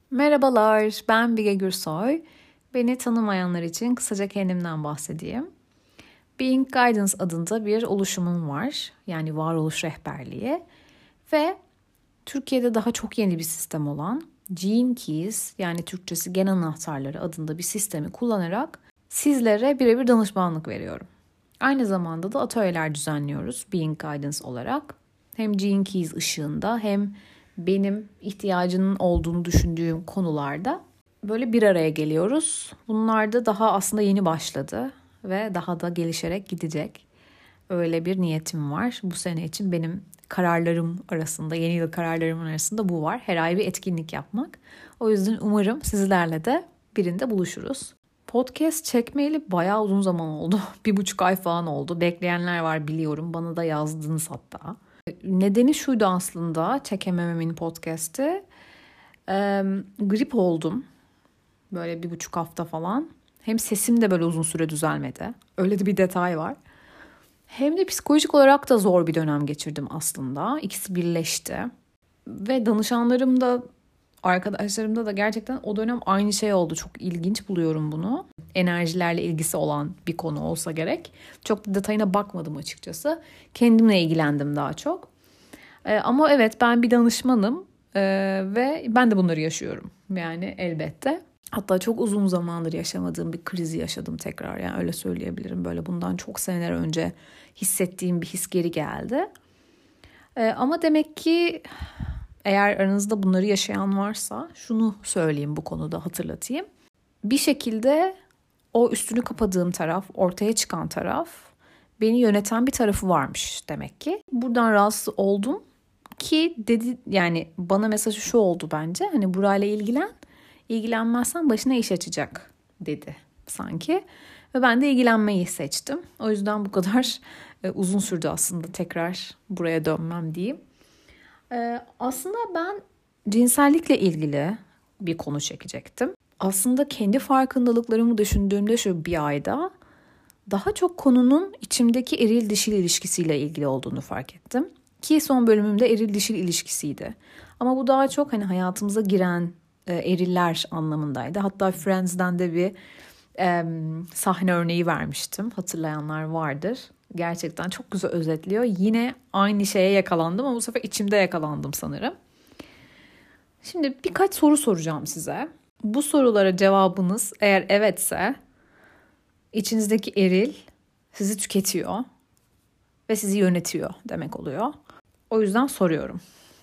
Merhabalar, ben Bige Gürsoy. Beni tanımayanlar için kısaca kendimden bahsedeyim. Being Guidance adında bir oluşumum var. Yani varoluş rehberliği. Ve Türkiye'de daha çok yeni bir sistem olan Gene Keys yani Türkçesi gen anahtarları adında bir sistemi kullanarak sizlere birebir danışmanlık veriyorum. Aynı zamanda da atölyeler düzenliyoruz Being Guidance olarak. Hem Gene Keys ışığında hem benim ihtiyacının olduğunu düşündüğüm konularda böyle bir araya geliyoruz. Bunlar da daha aslında yeni başladı ve daha da gelişerek gidecek. Öyle bir niyetim var. Bu sene için benim kararlarım arasında, yeni yıl kararlarımın arasında bu var. Her ay bir etkinlik yapmak. O yüzden umarım sizlerle de birinde buluşuruz. Podcast çekmeyeli bayağı uzun zaman oldu. 1,5 ay falan oldu. Bekleyenler var biliyorum. Bana da yazdınız hatta. Nedeni şuydu aslında çekemememin podcast'i. Grip oldum. Böyle 1,5 hafta falan. Hem sesim de böyle uzun süre düzelmedi. Öyle de bir detay var. Hem de psikolojik olarak da zor bir dönem geçirdim aslında. İkisi birleşti. Ve danışanlarım da arkadaşlarımda da gerçekten o dönem aynı şey oldu. Çok ilginç buluyorum bunu. Enerjilerle ilgisi olan bir konu olsa gerek. Çok da detayına bakmadım açıkçası. Kendimle ilgilendim daha çok. Ama evet ben bir danışmanım ve ben de bunları yaşıyorum. Yani elbette. Hatta çok uzun zamandır yaşamadığım bir krizi yaşadım tekrar. Yani öyle söyleyebilirim. Böyle bundan çok seneler önce hissettiğim bir his geri geldi. Ama demek ki eğer aranızda bunları yaşayan varsa şunu söyleyeyim bu konuda hatırlatayım. Bir şekilde o üstünü kapadığım taraf, ortaya çıkan taraf beni yöneten bir tarafı varmış demek ki. Buradan rahatsız oldum ki dedi yani bana mesajı şu oldu bence. Hani burayla ilgilen, ilgilenmezsen başına iş açacak dedi sanki. Ve ben de ilgilenmeyi seçtim. O yüzden bu kadar uzun sürdü aslında tekrar buraya dönmem diyeyim. Aslında ben cinsellikle ilgili bir konu çekecektim. Aslında kendi farkındalıklarımı düşündüğümde şu bir ayda daha çok konunun içimdeki eril dişil ilişkisiyle ilgili olduğunu fark ettim. Ki son bölümümde eril dişil ilişkisiydi. Ama bu daha çok hani hayatımıza giren eriller anlamındaydı. Hatta Friends'den de bir sahne örneği vermiştim. Hatırlayanlar vardır. Gerçekten çok güzel özetliyor. Yine aynı şeye yakalandım ama bu sefer içimde yakalandım sanırım. Şimdi birkaç soru soracağım size. Bu sorulara cevabınız eğer evetse içinizdeki eril sizi tüketiyor ve sizi yönetiyor demek oluyor. O yüzden soruyorum.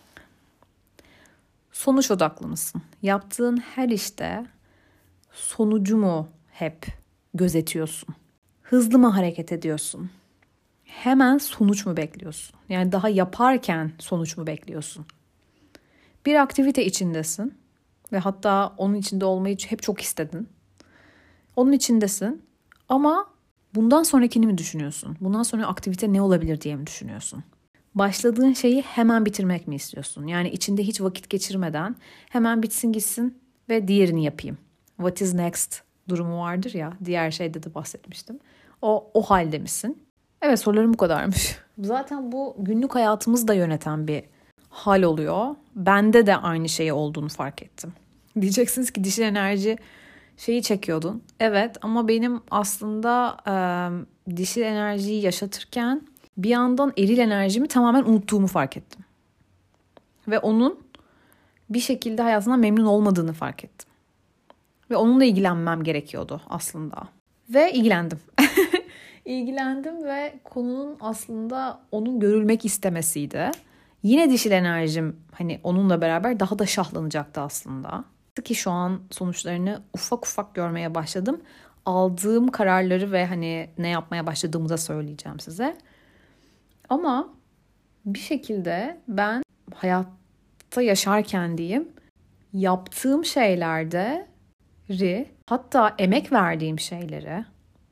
Sonuç odaklı mısın? Yaptığın her işte sonucu mu hep gözetiyorsun? Hızlı mı hareket ediyorsun? Hemen sonuç mu bekliyorsun? Yani daha yaparken sonuç mu bekliyorsun? Bir aktivite içindesin ve hatta onun içinde olmayı hep çok istedin. Onun içindesin ama bundan sonrakini mi düşünüyorsun? Bundan sonra aktivite ne olabilir diye mi düşünüyorsun? Başladığın şeyi hemen bitirmek mi istiyorsun? Yani içinde hiç vakit geçirmeden hemen bitsin gitsin ve diğerini yapayım. What is next durumu vardır ya. Diğer şeyde de bahsetmiştim. O halde misin? Evet sorularım bu kadarmış. Zaten bu günlük hayatımızı da yöneten bir hal oluyor. Bende de aynı şey olduğunu fark ettim. Diyeceksiniz ki dişil enerji şeyi çekiyordun. Evet ama benim aslında dişil enerjiyi yaşatırken bir yandan eril enerjimi tamamen unuttuğumu fark ettim. Ve onun bir şekilde hayatından memnun olmadığını fark ettim. Ve onunla ilgilenmem gerekiyordu aslında. Ve ilgilendim. İlgilendim ve konunun aslında onun görülmek istemesiydi. Yine dişil enerjim hani onunla beraber daha da şahlanacaktı aslında. Ki şu an sonuçlarını ufak ufak görmeye başladım. Aldığım kararları ve hani ne yapmaya başladığımı da söyleyeceğim size. Ama bir şekilde ben hayatta yaşarken diyeyim yaptığım şeylerde hatta emek verdiğim şeyleri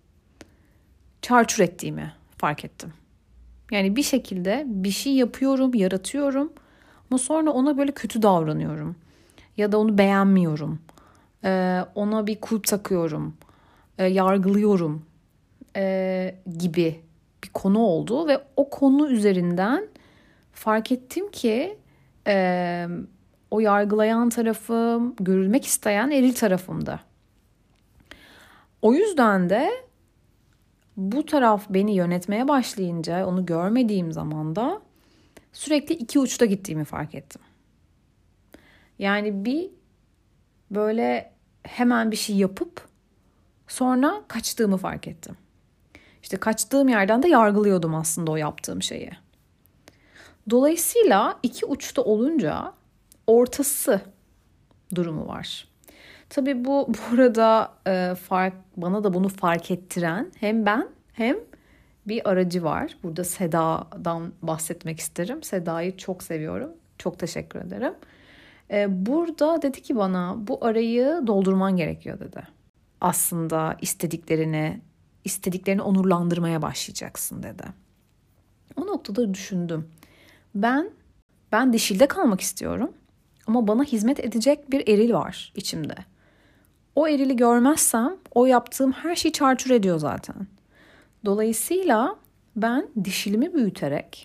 çarçur ettiğimi fark ettim. Yani bir şekilde bir şey yapıyorum, yaratıyorum ama sonra ona böyle kötü davranıyorum. Ya da onu beğenmiyorum. Ona bir kulp takıyorum. Yargılıyorum gibi bir konu oldu. Ve o konu üzerinden fark ettim ki o yargılayan tarafım, görülmek isteyen eril tarafımdı. O yüzden de bu taraf beni yönetmeye başlayınca, onu görmediğim zaman da sürekli iki uçta gittiğimi fark ettim. Yani bir böyle hemen bir şey yapıp sonra kaçtığımı fark ettim. İşte kaçtığım yerden de yargılıyordum aslında o yaptığım şeyi. Dolayısıyla iki uçta olunca ortası durumu var. Tabii bu arada bana da bunu fark ettiren hem ben hem bir aracı var. Burada Seda'dan bahsetmek isterim. Seda'yı çok seviyorum. Çok teşekkür ederim. Burada dedi ki bana bu arayı doldurman gerekiyor dedi. Aslında istediklerini onurlandırmaya başlayacaksın dedi. O noktada düşündüm. Ben dişilde kalmak istiyorum. Ama bana hizmet edecek bir eril var içimde. O erili görmezsem o yaptığım her şeyi çarçur ediyor zaten. Dolayısıyla ben dişilimi büyüterek,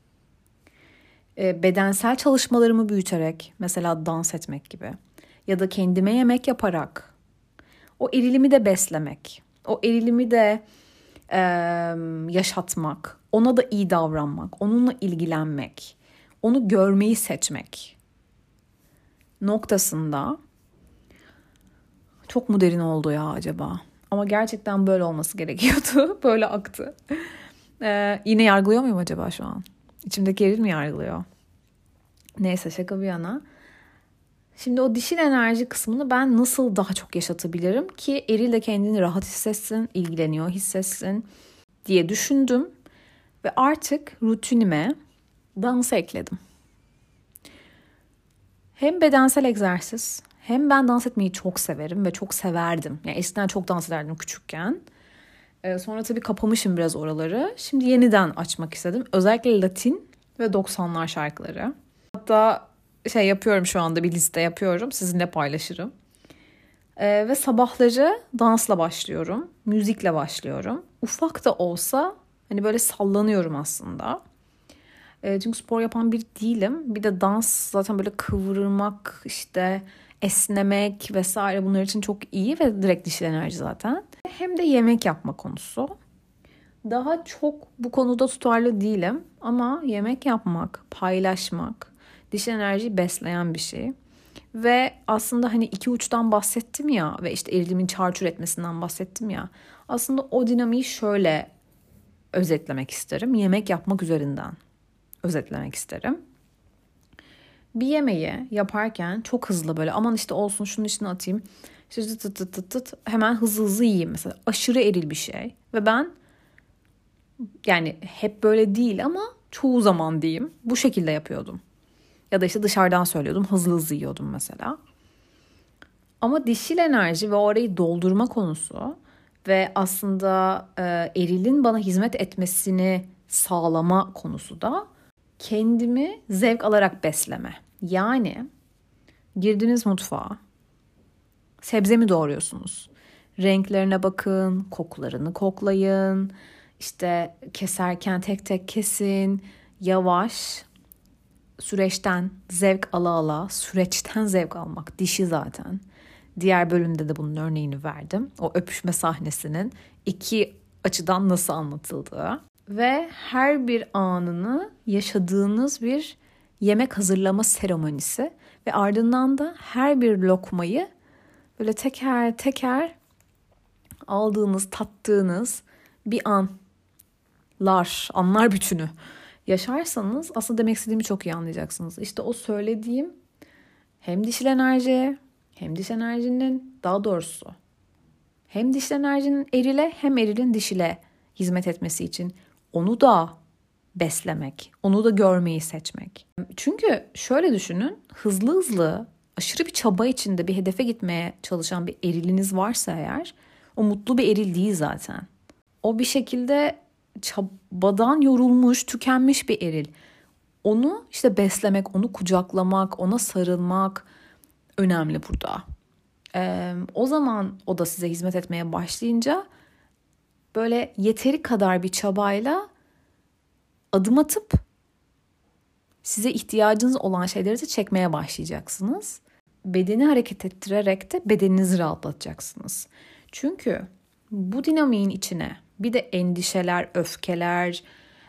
bedensel çalışmalarımı büyüterek, mesela dans etmek gibi ya da kendime yemek yaparak o erilimi de beslemek, o erilimi de yaşatmak, ona da iyi davranmak, onunla ilgilenmek, onu görmeyi seçmek noktasında çok mu derin oldu ya acaba? Ama gerçekten böyle olması gerekiyordu. Böyle aktı. Yine yargılıyor muyum acaba şu an? İçimdeki eril mi yargılıyor? Neyse şaka bir yana. Şimdi o dişil enerji kısmını ben nasıl daha çok yaşatabilirim ki eril de kendini rahat hissetsin, ilgileniyor hissetsin diye düşündüm. Ve artık rutinime dans ekledim. Hem bedensel egzersiz hem ben dans etmeyi çok severim ve çok severdim. Yani eskiden çok dans ederdim küçükken. Sonra tabii kapamışım biraz oraları. Şimdi yeniden açmak istedim. Özellikle Latin ve 90'lar şarkıları. Hatta yapıyorum şu anda bir liste yapıyorum. Sizinle paylaşırım. Ve sabahları dansla başlıyorum. Müzikle başlıyorum. Ufak da olsa hani böyle sallanıyorum aslında. Çünkü spor yapan biri değilim. Bir de dans zaten böyle kıvırmak, işte esnemek vesaire bunlar için çok iyi ve direkt dişil enerji zaten. Hem de yemek yapma konusu. Daha çok bu konuda tutarlı değilim ama yemek yapmak, paylaşmak dişil enerjiyi besleyen bir şey. Ve aslında hani iki uçtan bahsettim ya ve işte erilimin çarçur etmesinden bahsettim ya. Aslında o dinamiği şöyle özetlemek isterim. Yemek yapmak üzerinden özetlemek isterim. Bir yemeği yaparken çok hızlı böyle aman işte olsun şunun içine atayım. İşte tıt hemen hızlı yiyeyim mesela. Aşırı eril bir şey. Ve ben yani hep böyle değil ama çoğu zaman diyeyim bu şekilde yapıyordum. Ya da işte dışarıdan söylüyordum hızlı yiyordum mesela. Ama dişil enerji ve orayı doldurma konusu ve aslında erilin bana hizmet etmesini sağlama konusu da kendimi zevk alarak besleme. Yani girdiniz mutfağa, sebze mi doğruyorsunuz? Renklerine bakın, kokularını koklayın, işte keserken tek tek kesin, yavaş, süreçten zevk ala, süreçten zevk almak, dişi zaten. Diğer bölümde de bunun örneğini verdim. O öpüşme sahnesinin iki açıdan nasıl anlatıldığı. Ve her bir anını yaşadığınız bir yemek hazırlama seremonisi ve ardından da her bir lokmayı böyle teker teker aldığınız, tattığınız bir anlar bütünü yaşarsanız aslında demek istediğimi çok iyi anlayacaksınız. İşte o söylediğim hem dişil enerji hem dişil enerjinin daha doğrusu hem dişil enerjinin erile hem erilin dişile hizmet etmesi için onu da beslemek, onu da görmeyi seçmek. Çünkü şöyle düşünün, hızlı aşırı bir çaba içinde bir hedefe gitmeye çalışan bir eriliniz varsa eğer, o mutlu bir eril değil zaten. O bir şekilde çabadan yorulmuş, tükenmiş bir eril. Onu işte beslemek, onu kucaklamak, ona sarılmak önemli burada. O zaman o da size hizmet etmeye başlayınca böyle yeteri kadar bir çabayla adım atıp size ihtiyacınız olan şeyleri de çekmeye başlayacaksınız. Bedeni hareket ettirerek de bedeninizi rahatlatacaksınız. Çünkü bu dinamiğin içine bir de endişeler, öfkeler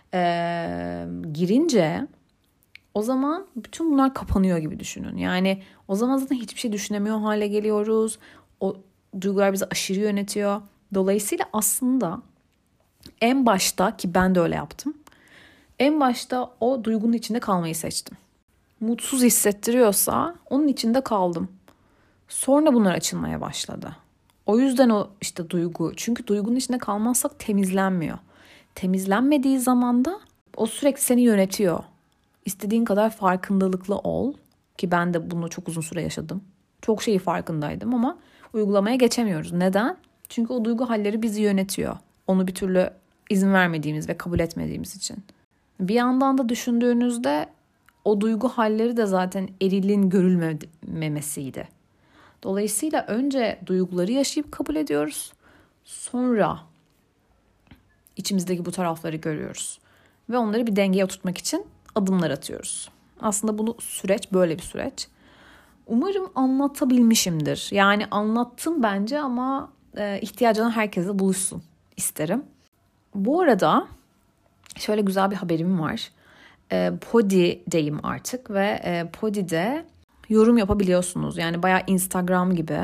girince o zaman bütün bunlar kapanıyor gibi düşünün. Yani o zaman zaten hiçbir şey düşünemiyor hale geliyoruz. O duygular bizi aşırı yönetiyor. Dolayısıyla aslında en başta, ki ben de öyle yaptım, en başta o duygunun içinde kalmayı seçtim. Mutsuz hissettiriyorsa onun içinde kaldım. Sonra bunlar açılmaya başladı. O yüzden o işte duygu. Çünkü duygunun içinde kalmazsak temizlenmiyor. Temizlenmediği zaman da o sürekli seni yönetiyor. İstediğin kadar farkındalıklı ol. Ki ben de bunu çok uzun süre yaşadım. Çok şeyi farkındaydım ama uygulamaya geçemiyoruz. Neden? Çünkü o duygu halleri bizi yönetiyor. Onu bir türlü izin vermediğimiz ve kabul etmediğimiz için. Bir yandan da düşündüğünüzde o duygu halleri de zaten erilin görülmemesiydi. Dolayısıyla önce duyguları yaşayıp kabul ediyoruz. Sonra içimizdeki bu tarafları görüyoruz. Ve onları bir dengeye oturtmak için adımlar atıyoruz. Aslında bu süreç böyle bir süreç. Umarım anlatabilmişimdir. Yani anlattım bence ama ihtiyacı olan herkese buluşsun isterim. Bu arada şöyle güzel bir haberim var. Podi'deyim artık ve Podi'de yorum yapabiliyorsunuz. Yani bayağı Instagram gibi.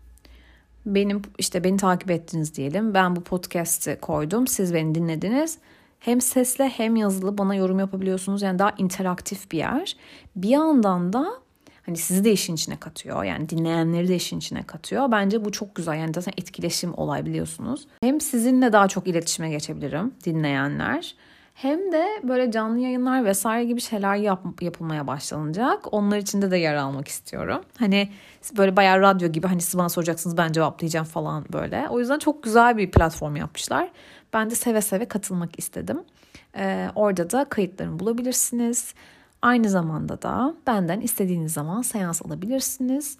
Beni takip ettiniz diyelim. Ben bu podcast'i koydum. Siz beni dinlediniz. Hem sesle hem yazılı bana yorum yapabiliyorsunuz. Yani daha interaktif bir yer. Bir yandan da hani sizi de işin içine katıyor. Yani dinleyenleri de işin içine katıyor. Bence bu çok güzel. Yani zaten etkileşim olay biliyorsunuz. Hem sizinle daha çok iletişime geçebilirim dinleyenler. Hem de böyle canlı yayınlar vesaire gibi şeyler yapılmaya başlanacak. Onlar içinde de yer almak istiyorum. Hani böyle bayağı radyo gibi, hani siz bana soracaksınız ben cevaplayacağım falan böyle. O yüzden çok güzel bir platform yapmışlar. Ben de seve seve katılmak istedim. Orada da kayıtlarımı bulabilirsiniz. Aynı zamanda da benden istediğiniz zaman seans alabilirsiniz.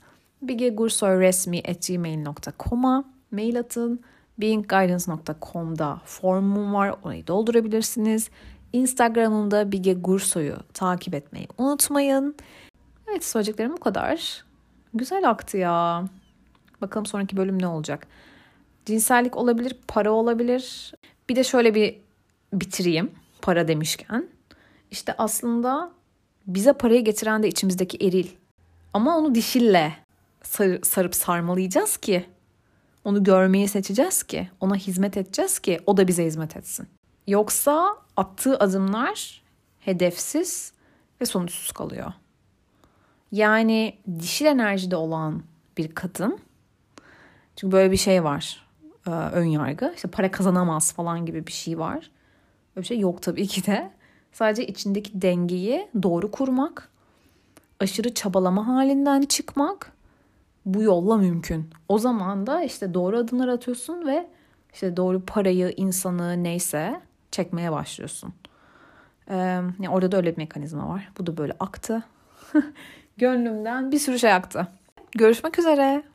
bigegursoyresmi@gmail.com'a mail atın. beingguidance.com'da formum var. Orayı doldurabilirsiniz. Instagram'ımda Bige Gursoy'u takip etmeyi unutmayın. Evet, söyleyeceklerim bu kadar. Güzel aktı ya. Bakalım sonraki bölüm ne olacak? Cinsellik olabilir, para olabilir. Bir de şöyle bir bitireyim para demişken. İşte aslında bize parayı getiren de içimizdeki eril. Ama onu dişille sarıp sarmalayacağız ki, onu görmeyi seçeceğiz ki, ona hizmet edeceğiz ki o da bize hizmet etsin. Yoksa attığı adımlar hedefsiz ve sonuçsuz kalıyor. Yani dişil enerjide olan bir kadın, çünkü böyle bir şey var, ön yargı, işte para kazanamaz falan gibi bir şey var. Böyle bir şey yok tabii ki de. Sadece içindeki dengeyi doğru kurmak, aşırı çabalama halinden çıkmak bu yolla mümkün. O zaman da işte doğru adımlar atıyorsun ve işte doğru parayı, insanı neyse çekmeye başlıyorsun. Yani orada da öyle bir mekanizma var. Bu da böyle aktı. Gönlümden bir sürü şey aktı. Görüşmek üzere.